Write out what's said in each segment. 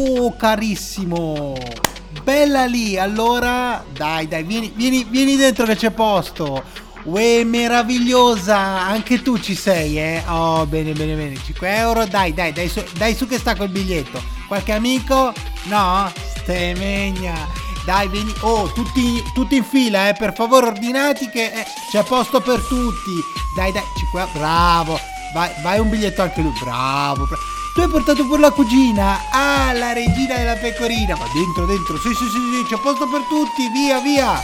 Oh, carissimo, bella lì. Allora, dai, vieni dentro che c'è posto. Uè, meravigliosa, anche tu ci sei, eh? Oh, bene, 5 euro, dai su che sta col biglietto. Qualche amico? No? Stemegna. Dai, vieni, oh, tutti in fila, per favore ordinati che c'è posto per tutti. Dai, 5 euro, bravo. Vai un biglietto anche lui, bravo. Tu hai portato pure la cugina? Ah, la regina della pecorina. Ma dentro, sì, c'è posto per tutti, via.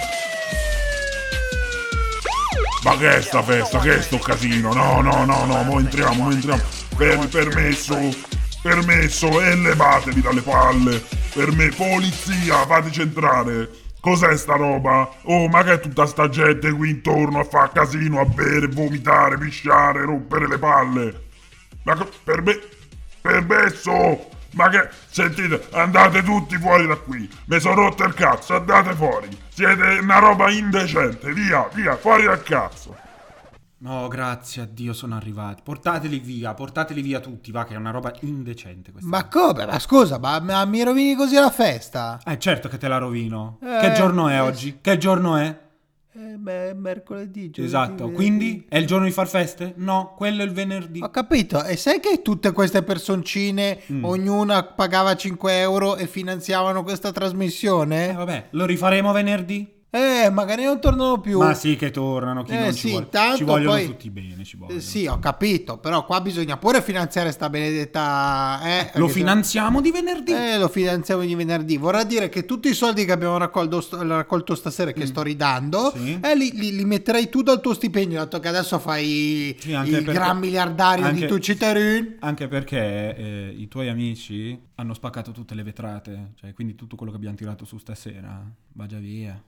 Ma che è sta festa? Che è sto casino? No, mo entriamo. Permesso, e levatevi dalle palle. Per me, polizia, fateci entrare. Cos'è sta roba? Oh, ma che è tutta sta gente qui intorno a fare casino, a bere, vomitare, pisciare, rompere le palle? Ma permesso! Ma che... Sentite, andate tutti fuori da qui. Mi sono rotto il cazzo, andate fuori. Siete una roba indecente, via, fuori dal cazzo. No, grazie a Dio sono arrivati. Portateli via tutti, va, che è una roba indecente questa. Ma come? Ma scusa, ma mi rovini così la festa? Certo che te la rovino. Che giorno è oggi? Che giorno è? Mercoledì. Esatto, quindi è il giorno di far feste? No, quello è il venerdì. Ho capito, e sai che tutte queste personcine, ognuna pagava 5 euro e finanziavano questa trasmissione? Vabbè, lo rifaremo venerdì? Magari non tornano più. Ma sì che tornano, chi non ci vuole. Intanto ci vogliono poi... tutti bene, ci vogliono. Sì, ho capito, però qua bisogna pure finanziare sta benedetta... Lo finanziamo di venerdì? Lo finanziamo di venerdì. Vorrà dire che tutti i soldi che abbiamo raccolto stasera, che sto ridando, sì. Li metterai tu dal tuo stipendio, dato che adesso fai gran miliardario di tuoi cittadini. Anche perché i tuoi amici hanno spaccato tutte le vetrate, cioè quindi tutto quello che abbiamo tirato su stasera va già via.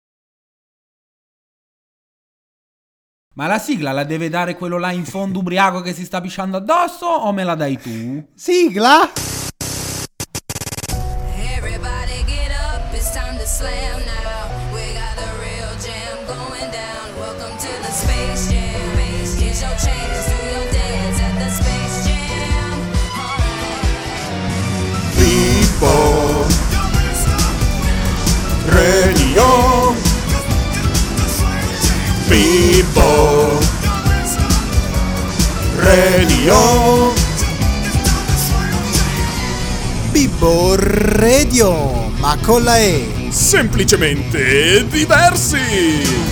Ma la sigla la deve dare quello là in fondo ubriaco che si sta pisciando addosso o me la dai tu? Sigla? Everybody get up, it's time to slam now. We got the real jam going down. Welcome to the Space Jam. Here's your chance, do your dance at the Space Jam. People Radio People Radio Bibbo Radio, ma con la E. Semplicemente diversi.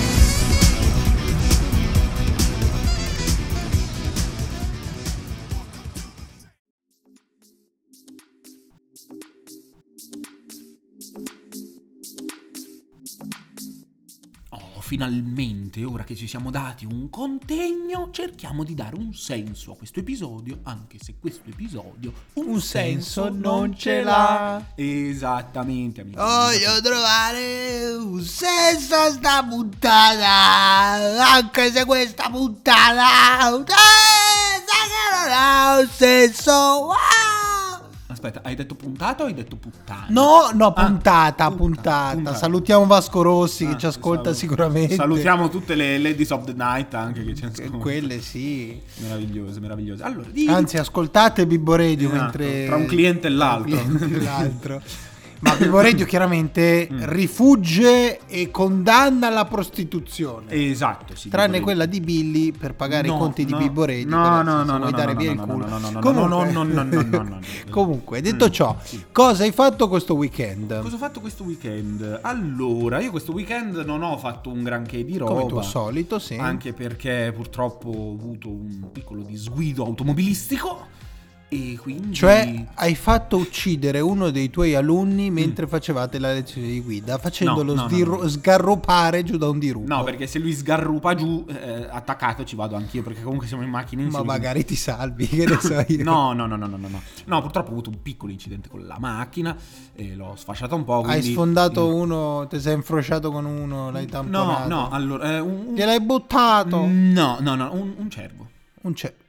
Finalmente, ora che ci siamo dati un contegno, cerchiamo di dare un senso a questo episodio, anche se questo episodio un senso non ce l'ha. Esattamente, amici. Voglio trovare un senso a sta puntata, anche se questa puntata non ha un senso. Wow! Aspetta, hai detto puntata o hai detto puttana? No, puntata. Salutiamo Vasco Rossi che ci ascolta sicuramente. Salutiamo tutte le Ladies of the Night anche che ci ascoltano. Quelle sì. Meravigliose. Allora, anzi, ascoltate Bibbo Radio mentre... Tra un cliente e l'altro. Ma Bibbo Radio chiaramente rifugge e condanna la prostituzione. Esatto, sì. Tranne quella di Billy per pagare i conti di Bibbo Radio. No. Vuoi dare via il culo. No. Comunque, detto ciò, cosa hai fatto questo weekend? Cosa ho fatto questo weekend? Allora, io questo weekend non ho fatto un granché di roba. Come tuo solito, sì. Anche perché purtroppo ho avuto un piccolo disguido automobilistico. E quindi... Cioè, hai fatto uccidere uno dei tuoi alunni mentre facevate la lezione di guida, facendolo sgarrupare giù da un dirupo. No, perché se lui sgarrupa giù, attaccato ci vado anch'io, perché comunque siamo in macchina insieme. Ma magari ti salvi, che ne so io. No. No, purtroppo ho avuto un piccolo incidente con la macchina e l'ho sfasciata un po', quindi... Hai sfondato uno, ti sei infrociato con uno, l'hai tamponato. No, allora... Gliel'hai buttato? No, un cervo.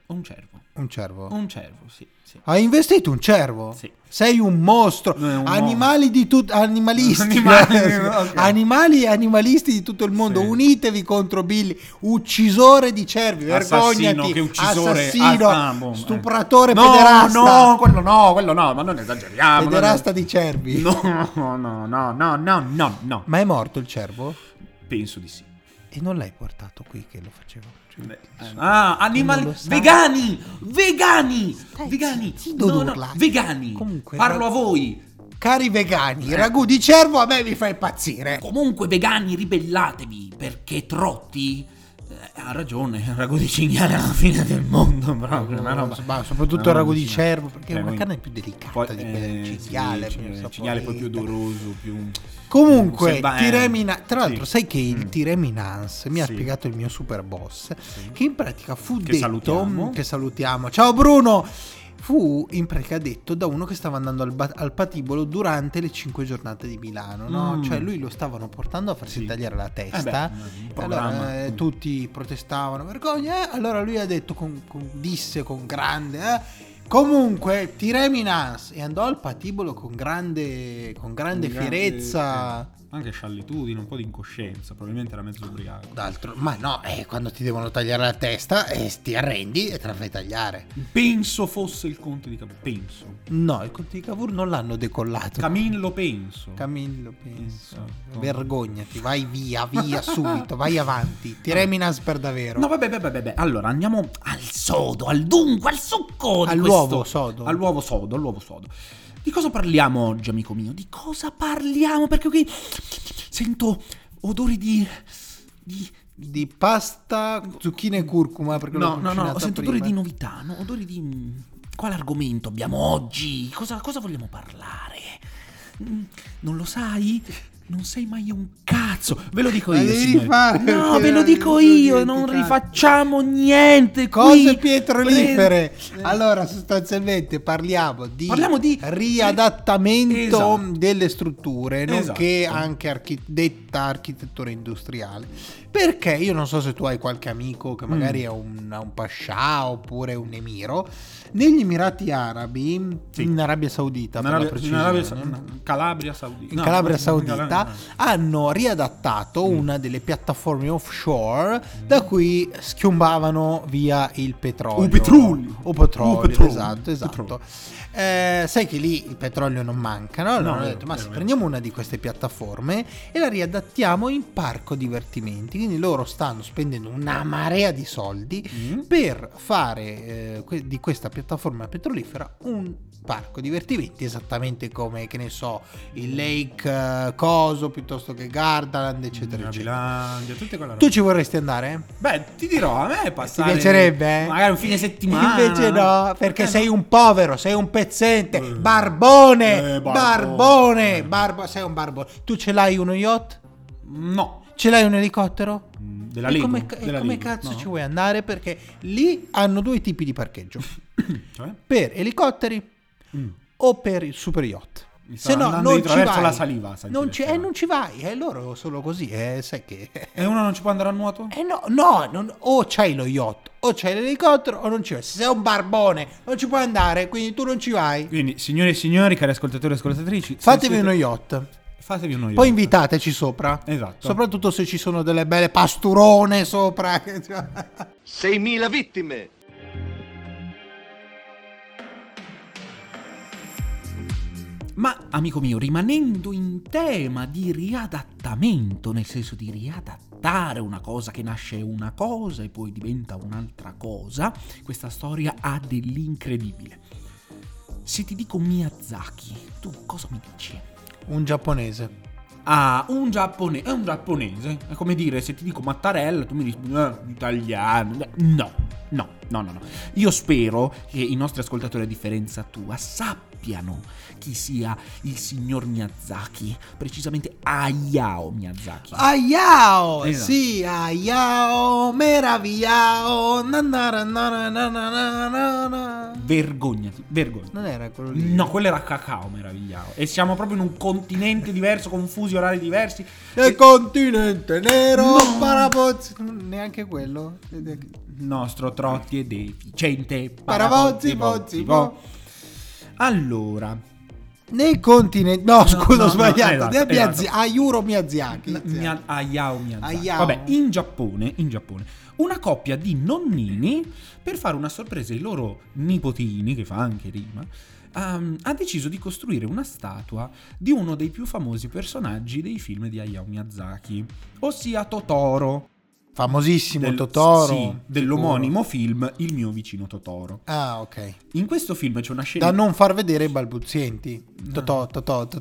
Un cervo. Un cervo. Un cervo, sì. Hai investito un cervo? Sì. Sei un mostro. Non è un Animali di animalisti. Ok. Animali e animalisti di tutto il mondo, Sì. unitevi contro Billy, uccisore di cervi. Assassino, Vergognati. che uccisore. Assassino, Boh, stupratore, no, pederasta. No, quello no, ma non esageriamo. Pederasta di cervi. No. Ma è morto il cervo? Penso di sì. E non l'hai portato qui che lo facevo? Animali non lo sai. vegani. zitto d'urla. Vegani. Comunque, Parlo a voi. Cari vegani, il ragù di cervo a me mi fa impazzire. Comunque vegani, ribellatevi, perché Trotti ha ragione, il ragù di cinghiale è la fine del mondo proprio, una roba. Ma soprattutto il ragù di cervo, perché è una poi- carne più delicata poi, di quella del cinghiale. sì, più il cinghiale poi più saporita. odoroso, più... Comunque, Selva- tra l'altro, sì. sai che il Tireminans mi ha Sì. spiegato il mio super boss, che in pratica fu Che detto, salutiamo. che salutiamo, ciao Bruno, fu in pratica detto da uno che stava andando al patibolo durante le 5 giornate di Milano, no? Cioè lui lo stavano portando a farsi Sì. tagliare la testa, un programma. allora, tutti protestavano, vergogna, allora lui ha detto, disse con grande... Comunque, Tireminans e andò al patibolo con grande fierezza. Anche sciallitudine, un po' di incoscienza, probabilmente era mezzo ubriaco. D'altro, ma no, quando ti devono tagliare la testa, ti arrendi e te la fai tagliare. Penso fosse il conte di Cavour, penso. No, il conte di Cavour non l'hanno decollato. Camillo penso. Camillo, penso. Penso. Vergognati, vai via subito, vai avanti. Tireminans per davvero. No, vabbè. Allora, andiamo al sodo, al dunque, al succo di All'uovo questo... sodo. All'uovo sodo. Di cosa parliamo oggi, amico mio? Di cosa parliamo? Perché qui sento odori Di pasta, zucchine e curcuma, perché l'ho No, cucinata sento prima. odori di novità, no? Odori di... Quale argomento abbiamo oggi? Cosa vogliamo parlare? Non lo sai? Non sei mai un cazzo. Ve lo dico Ma io, devi signori. rifare, No, perché ve lo dico non io. Non dimenticato. rifacciamo niente. Cose qui. pietrolifere. Allora, sostanzialmente parliamo di riadattamento Esatto. delle strutture, nonché Esatto. anche detta architettura industriale. Perché io non so se tu hai qualche amico che magari è un pascià oppure un emiro. Negli Emirati Arabi, Sì. in Arabia Saudita, per la precisione, Calabria Saudita. in Calabria Saudita, hanno riadattato una delle piattaforme offshore da cui schiombavano via il petrolio. O petrolio. Esatto. Petrolio. Sai che lì il petrolio non manca, no? Allora No, hanno vero, detto, ma se vero. prendiamo una di queste piattaforme e la riadattiamo in parco divertimenti. Quindi loro stanno spendendo una marea di soldi per fare di questa piattaforma petrolifera un parco divertimenti, esattamente come, che ne so, il Lake Coso piuttosto che Gardaland, eccetera, eccetera. Navilandia, tutte quelle robe. Tu ci vorresti andare? Beh, ti dirò, a me passare... Ti piacerebbe? Magari un fine settimana. Invece no, perché No. sei un povero, sei un pezzente, barbone, barbone. sei un barbone. Tu ce l'hai uno yacht? No. Ce l'hai un elicottero? Della E Lego. come, della come Lego, cazzo no. ci vuoi andare? Perché lì hanno due tipi di parcheggio. Cioè? Per elicotteri o per il super yacht. Mi Se sta no andando non di ci traverso vai. la saliva, sai non, dire, ci, cioè. non ci vai, loro solo così, sai che... E uno non ci può andare a nuoto? O c'hai lo yacht, o c'hai l'elicottero, o non ci vai. Se sei un barbone, non ci puoi andare, quindi tu non ci vai. Quindi, signore e signori, cari ascoltatori e ascoltatrici, se Fatevi siete- uno yacht. Fatevi uno yacht. Poi invitateci sopra. Esatto. Soprattutto se ci sono delle belle pasturone sopra. 6.000 vittime. Ma, amico mio, rimanendo in tema di riadattamento, nel senso di riadattare una cosa che nasce una cosa e poi diventa un'altra cosa, questa storia ha dell'incredibile. Se ti dico Miyazaki, tu cosa mi dici? Un giapponese. Ah, è un giapponese. È come dire, se ti dico Mattarella, tu mi dici italiano. No. Io spero che i nostri ascoltatori, a differenza tua, sappiano chi sia il signor Miyazaki, precisamente Hayao Miyazaki. Hayao! Esatto. Sì, Hayao, meravigliao. Vergognati. Non era quello lì. No, quello era Cacao meravigliao. E siamo proprio in un continente diverso, con fusi orari diversi. Il continente nero, No. parapozzi. Neanche quello. nostro Trotti è deficiente. Paravozzi, vozzi, vo. Allora, Nei continenti... No, scusa, ho sbagliato. esatto. Ayuro Miyazaki. Hayao Miyazaki. Hayao. Vabbè, in Giappone, una coppia di nonnini, per fare una sorpresa ai loro nipotini, che fa anche rima, ha deciso di costruire una statua di uno dei più famosi personaggi dei film di Hayao Miyazaki, ossia Totoro. Famosissimo Totoro. Sì, dell'omonimo film Il mio vicino Totoro. Ah, ok. In questo film c'è una scena... Da non far vedere i balbuzienti. Totò.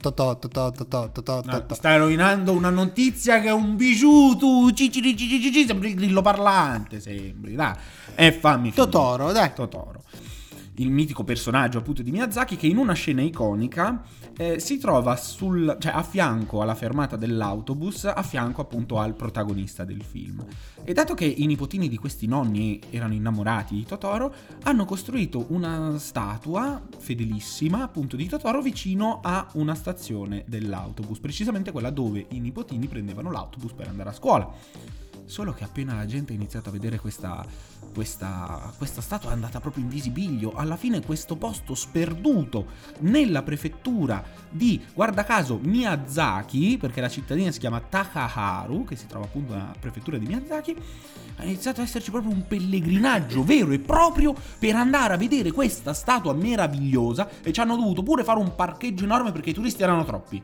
Stai rovinando una notizia che è un bijou, tu sembri il grillo parlante, sembri, dai. Fammi finire. Totoro, dai. Totoro. Il mitico personaggio appunto di Miyazaki, che in una scena iconica si trova a fianco alla fermata dell'autobus, a fianco appunto al protagonista del film. E dato che i nipotini di questi nonni erano innamorati di Totoro, hanno costruito una statua fedelissima appunto di Totoro vicino a una stazione dell'autobus, precisamente quella dove i nipotini prendevano l'autobus per andare a scuola. Solo che appena la gente ha iniziato a vedere questa statua è andata proprio in visibilio. Alla fine questo posto sperduto nella prefettura di, guarda caso, Miyazaki, perché la cittadina si chiama Takaharu, che si trova appunto nella prefettura di Miyazaki, ha iniziato ad esserci proprio un pellegrinaggio vero e proprio per andare a vedere questa statua meravigliosa, e ci hanno dovuto pure fare un parcheggio enorme perché i turisti erano troppi.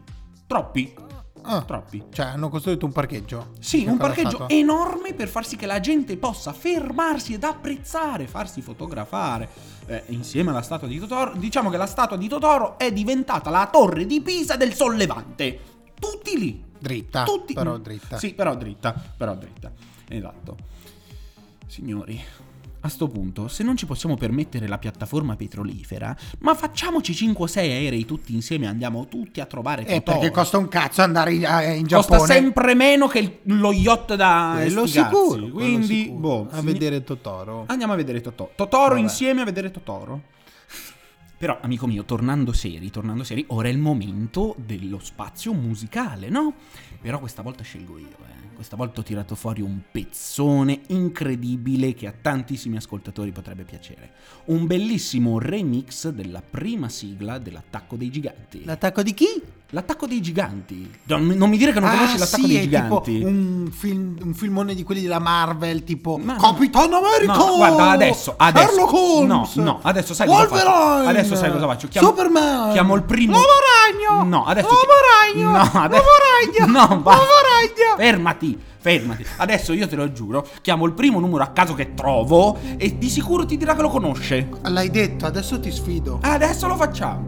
Troppi. Cioè, hanno costruito un parcheggio? Sì, un parcheggio enorme per far sì che la gente possa fermarsi ed apprezzare, farsi fotografare insieme alla statua di Totoro. Diciamo che la statua di Totoro è diventata la torre di Pisa del sollevante. Tutti lì. Dritta. Tutti. Però dritta. Sì, però dritta. Esatto. Signori, a sto punto, se non ci possiamo permettere la piattaforma petrolifera, ma facciamoci 5 o 6 aerei tutti insieme e andiamo tutti a trovare Totoro. Perché costa un cazzo andare in Giappone. Costa sempre meno che lo yacht da Quello sti cazzi. sicuro. Quindi, quello sicuro. A vedere Totoro. Andiamo a vedere Totoro. Totoro Vabbè. insieme a vedere Totoro. Però, amico mio, tornando seri, ora è il momento dello spazio musicale, no? Però questa volta scelgo io, Questa volta ho tirato fuori un pezzone incredibile che a tantissimi ascoltatori potrebbe piacere. Un bellissimo remix della prima sigla dell'Attacco dei Giganti. L'attacco di chi? L'Attacco dei Giganti. Non mi dire che non conosci l'Attacco dei Giganti. Tipo un filmone di quelli della Marvel, tipo Ma no. Capitan America. No, guarda, adesso Sherlock Holmes. No, adesso sai cosa faccio. Wolverine. Adesso sai cosa faccio. Superman. Chiamo il primo. L'uomo ragno. No, adesso L'uomo ragno. No, adesso L'uomo ragno. No, basta. L'uomo ragno. Fermati. Adesso io te lo giuro, chiamo il primo numero a caso che trovo e di sicuro ti dirà che lo conosce. L'hai detto, adesso ti sfido. Adesso lo facciamo.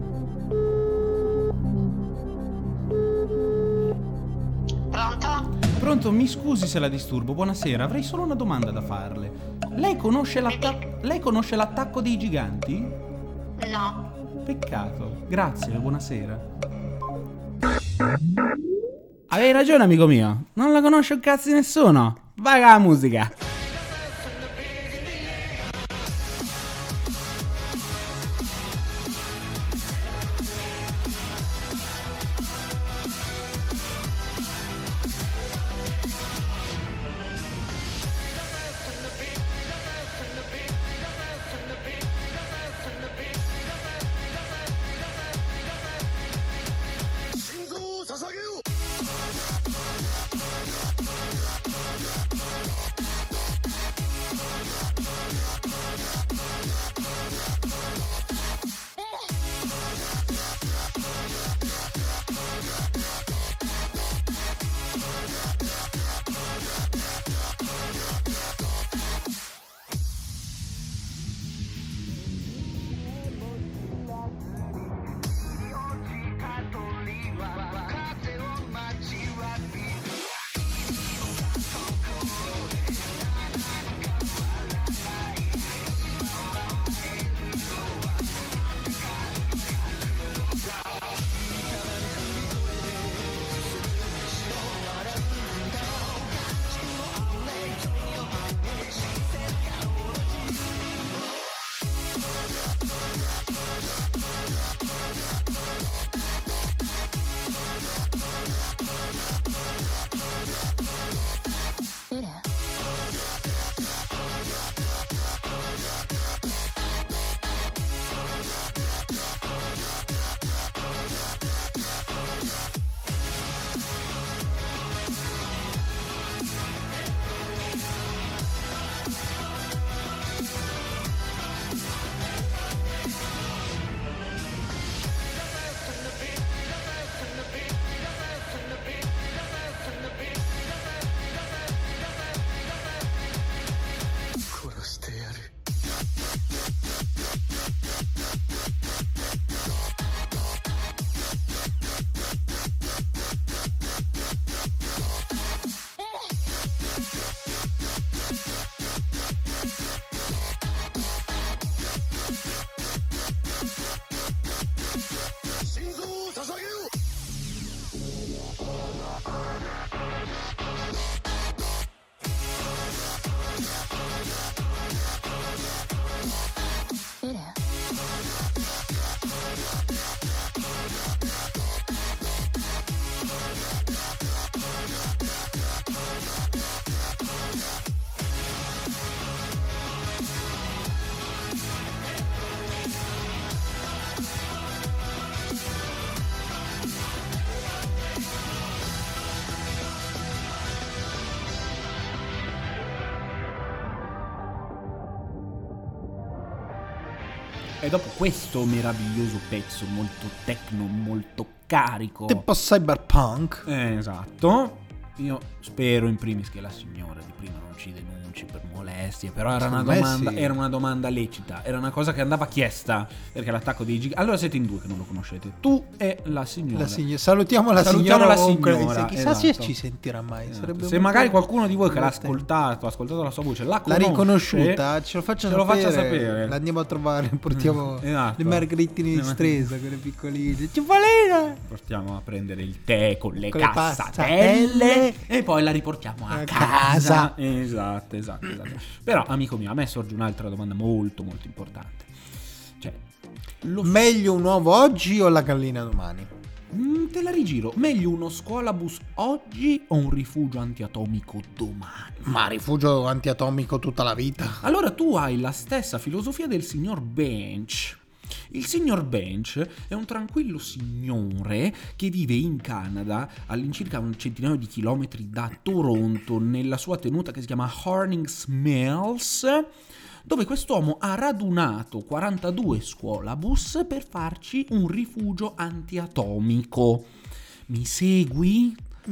Pronto, mi scusi se la disturbo, buonasera, avrei solo una domanda da farle. Lei conosce l'Attacco dei Giganti? No. Peccato, grazie, buonasera. Avevi ragione, amico mio, non la conosce un cazzo di nessuno. Vai con la musica. E dopo questo meraviglioso pezzo molto techno, molto carico, Tipo cyberpunk. esatto, io spero in primis che la signora di prima non ci denunci per molestie, però era una Secondo me domanda, sì. era una domanda lecita, era una cosa che andava chiesta, perché l'attacco dei giganti. Allora siete in due che non lo conoscete, tu e la signora. Salutiamo la Salutiamo signora la ovunque. signora, Chissà se esatto. ci sentirà mai. Esatto. Sarebbe Se molto magari qualcuno di voi che l'ha divertente. ascoltato, ha ascoltato la sua voce, l'ha Riconosciuta, ce lo faccia ce lo sapere. faccia sapere. L'andiamo a trovare, portiamo Esatto. le margheritine di stresa, quelle piccoline. Cipollina! portiamo a prendere il tè con le Con le cassatelle passatelle. e poi la riportiamo a A casa. casa. Esatto. Però, amico mio, a me sorge un'altra domanda molto molto importante. Cioè, Meglio un uovo oggi o la gallina domani? te la rigiro. Meglio uno scuolabus oggi o un rifugio antiatomico domani? Ma rifugio antiatomico tutta la vita. Allora tu hai la stessa filosofia del signor Bench. Il signor Bench è un tranquillo signore che vive in Canada, all'incirca un centinaio di chilometri da Toronto, nella sua tenuta che si chiama Hornings Mills, dove quest'uomo ha radunato 42 scuolabus per farci un rifugio antiatomico. Mi segui?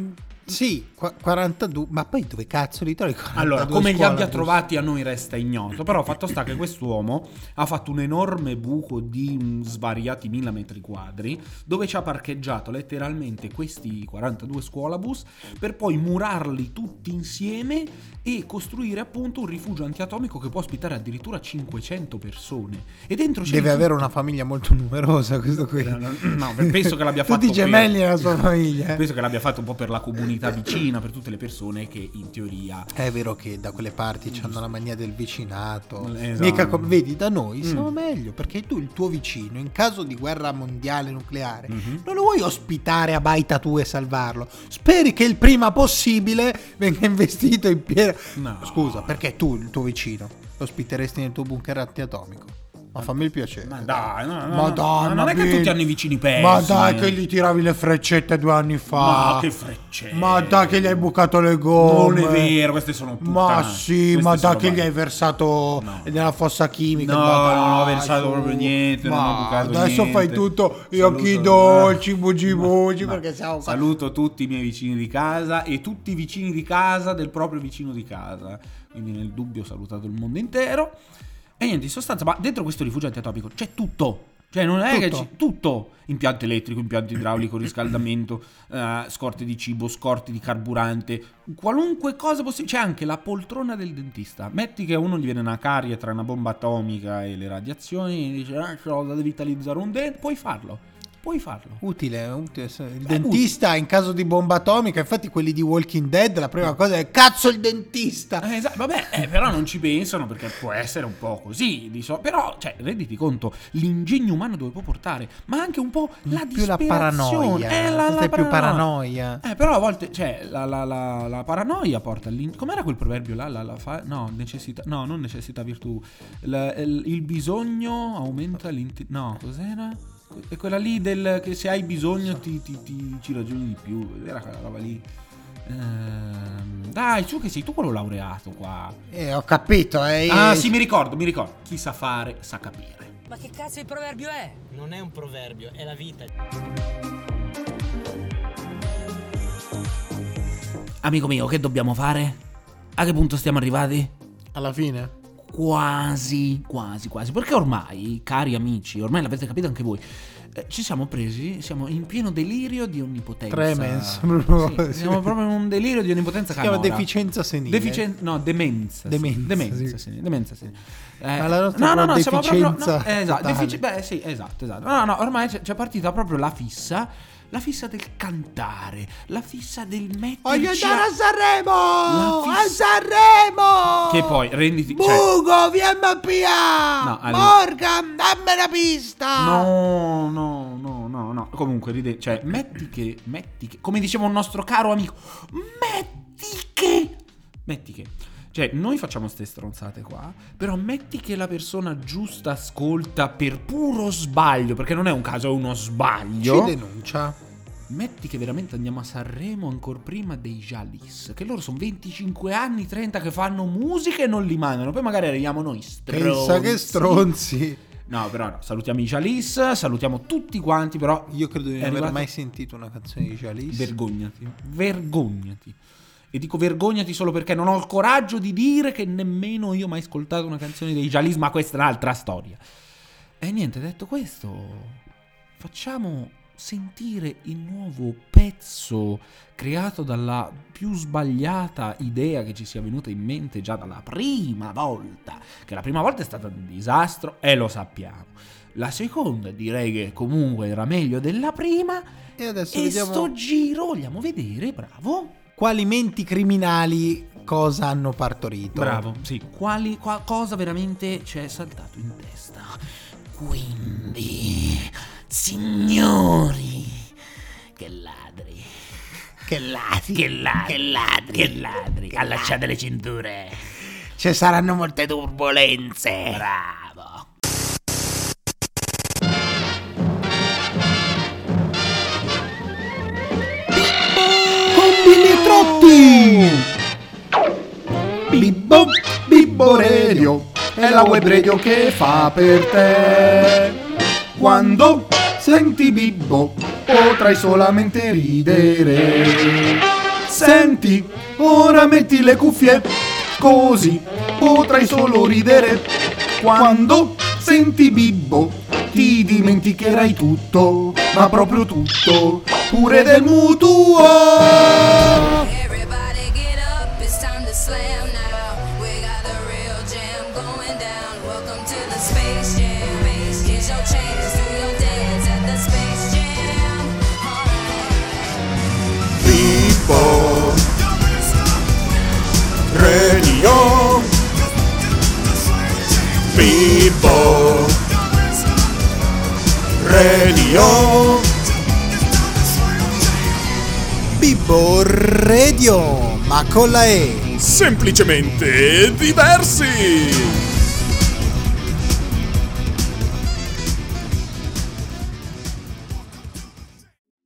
Sì, 42. Ma poi dove cazzo li trovi? 42 Allora, come li abbia scuolabus? trovati a noi resta ignoto, però fatto sta che quest'uomo ha fatto un enorme buco di svariati 1000 metri quadri dove ci ha parcheggiato letteralmente questi 42 scuolabus per poi murarli tutti insieme e costruire appunto un rifugio antiatomico che può ospitare addirittura 500 persone. E dentro c'è Deve di avere tutto. una famiglia molto numerosa questo qui. No, penso che l'abbia fatto Tutti gemelli nella sua famiglia. Penso che l'abbia fatto un po' per la comunità vicina, per tutte le persone che in teoria È vero che da quelle parti c'hanno la mania del vicinato. Esatto. Mica vedi, da noi siamo meglio, perché tu il tuo vicino in caso di guerra mondiale nucleare non lo vuoi ospitare a baita tua e salvarlo. Speri che il prima possibile venga investito in piena. No. Scusa, perché tu il tuo vicino lo ospiteresti nel tuo bunker antiatomico? Ma fammi il piacere. Ma dai, no, Ma dai, non è che Bill. tutti hanno i vicini pessimi. Ma dai che gli tiravi le freccette 2 anni fa. Ma che freccette. Ma dai che gli hai bucato le gomme. Non è vero, queste sono puttane. Ma sì, Queste ma dai sono che gli vai. hai versato nella fossa chimica. No, Ma dai, non ho versato su. proprio niente, non ho bucato adesso niente. fai tutto gli occhi Saluto- dolci, bugi bugi, Ma perché siamo qua. saluto tutti i miei vicini di casa e tutti i vicini di casa del proprio vicino di casa. Quindi nel dubbio ho salutato il mondo intero. E niente, in sostanza, ma dentro questo rifugio antiatomico c'è tutto. Cioè non è che Tutto. c'è tutto. Impianto elettrico, impianto idraulico, riscaldamento, scorte di cibo, scorte di carburante, qualunque cosa possibile. C'è anche la poltrona del dentista. Metti che a uno gli viene una carie tra una bomba atomica e le radiazioni e dice ce l'ho da devitalizzare un dente, puoi farlo. Utile. Il dentista in caso di bomba atomica, infatti quelli di Walking Dead la prima cosa è cazzo il dentista. Esatto, vabbè, però non ci pensano perché può essere un po' così, però, cioè, renditi conto l'ingegno umano dove può portare, ma anche un po' la Più la disperazione. paranoia. Questa è più paranoia. Però a volte, cioè, la paranoia porta com'era quel proverbio là? Necessità, no, non necessità virtù. Il bisogno aumenta no, cos'era? È quella lì del che se hai bisogno ci ragioni di più. Era quella roba lì. Dai, su che sei tu quello laureato qua. Ho capito. Sì, mi ricordo. Chi sa fare sa capire. Ma che cazzo di proverbio è? Non è un proverbio, è la vita. Amico mio, che dobbiamo fare? A che punto stiamo arrivati? Alla fine. Quasi. Perché ormai, cari amici, ormai l'avete capito anche voi, ci siamo presi, siamo in pieno delirio di onnipotenza. Tremens. Sì, siamo proprio in un delirio di onnipotenza Si chiama canora. deficienza senile. Demenza. Demenza, sì. Demenza senile. Ma la nostra siamo proprio deficienza totale. sì, esatto. No, ormai c'è partita proprio la fissa del cantare, la fissa del metterci Voglio andare a Sanremo! La A Sanremo! che poi renditi Bugo, VMPA! No, allora- Morgan, dammi una pista! No. Comunque, metti che, come diceva un nostro caro amico, metti che. Cioè, noi facciamo ste stronzate qua, però metti che la persona giusta ascolta per puro sbaglio, perché non è un caso, è uno sbaglio. Ci denuncia. Metti che veramente andiamo a Sanremo ancora prima dei Jalis, che loro sono 25 anni, 30 che fanno musica e non li mandano, poi magari arriviamo noi stronzi. Pensa che stronzi. No, però no, salutiamo i Chalice, salutiamo tutti quanti, però Io credo di non è aver arrivato- mai sentito una canzone di Chalice. Vergognati. E dico vergognati solo perché non ho il coraggio di dire che nemmeno io ho mai ascoltato una canzone dei Chalice, ma questa è un'altra storia. E niente, detto questo, facciamo sentire il nuovo pezzo creato dalla più sbagliata idea che ci sia venuta in mente già dalla prima volta, che la prima volta è stata un disastro e lo sappiamo. La seconda direi che comunque era meglio della prima. E adesso E vediamo sto giro vogliamo vedere, bravo. quali menti criminali cosa hanno partorito. Bravo, sì. Cosa veramente ci è saltato in testa? Quindi, signori, che ladri. Allacciate le cinture. Ci saranno molte turbolenze. Bravo. Bibbo, Bibbo Radio, è la web radio che fa per te. Quando senti Bibbo, potrai solamente ridere. Senti, ora metti le cuffie, così potrai solo ridere. Quando senti Bibbo, ti dimenticherai tutto, ma proprio tutto, pure del mutuo. Everybody get up, it's time to slam now. We got the real jam going down. Welcome to the Space Jam. Here's your chance, do your dance at the Space Jam. Alright. Bibbo Radio, Bibbo Radio, Bibbo Radio, ma con la E. semplicemente diversi.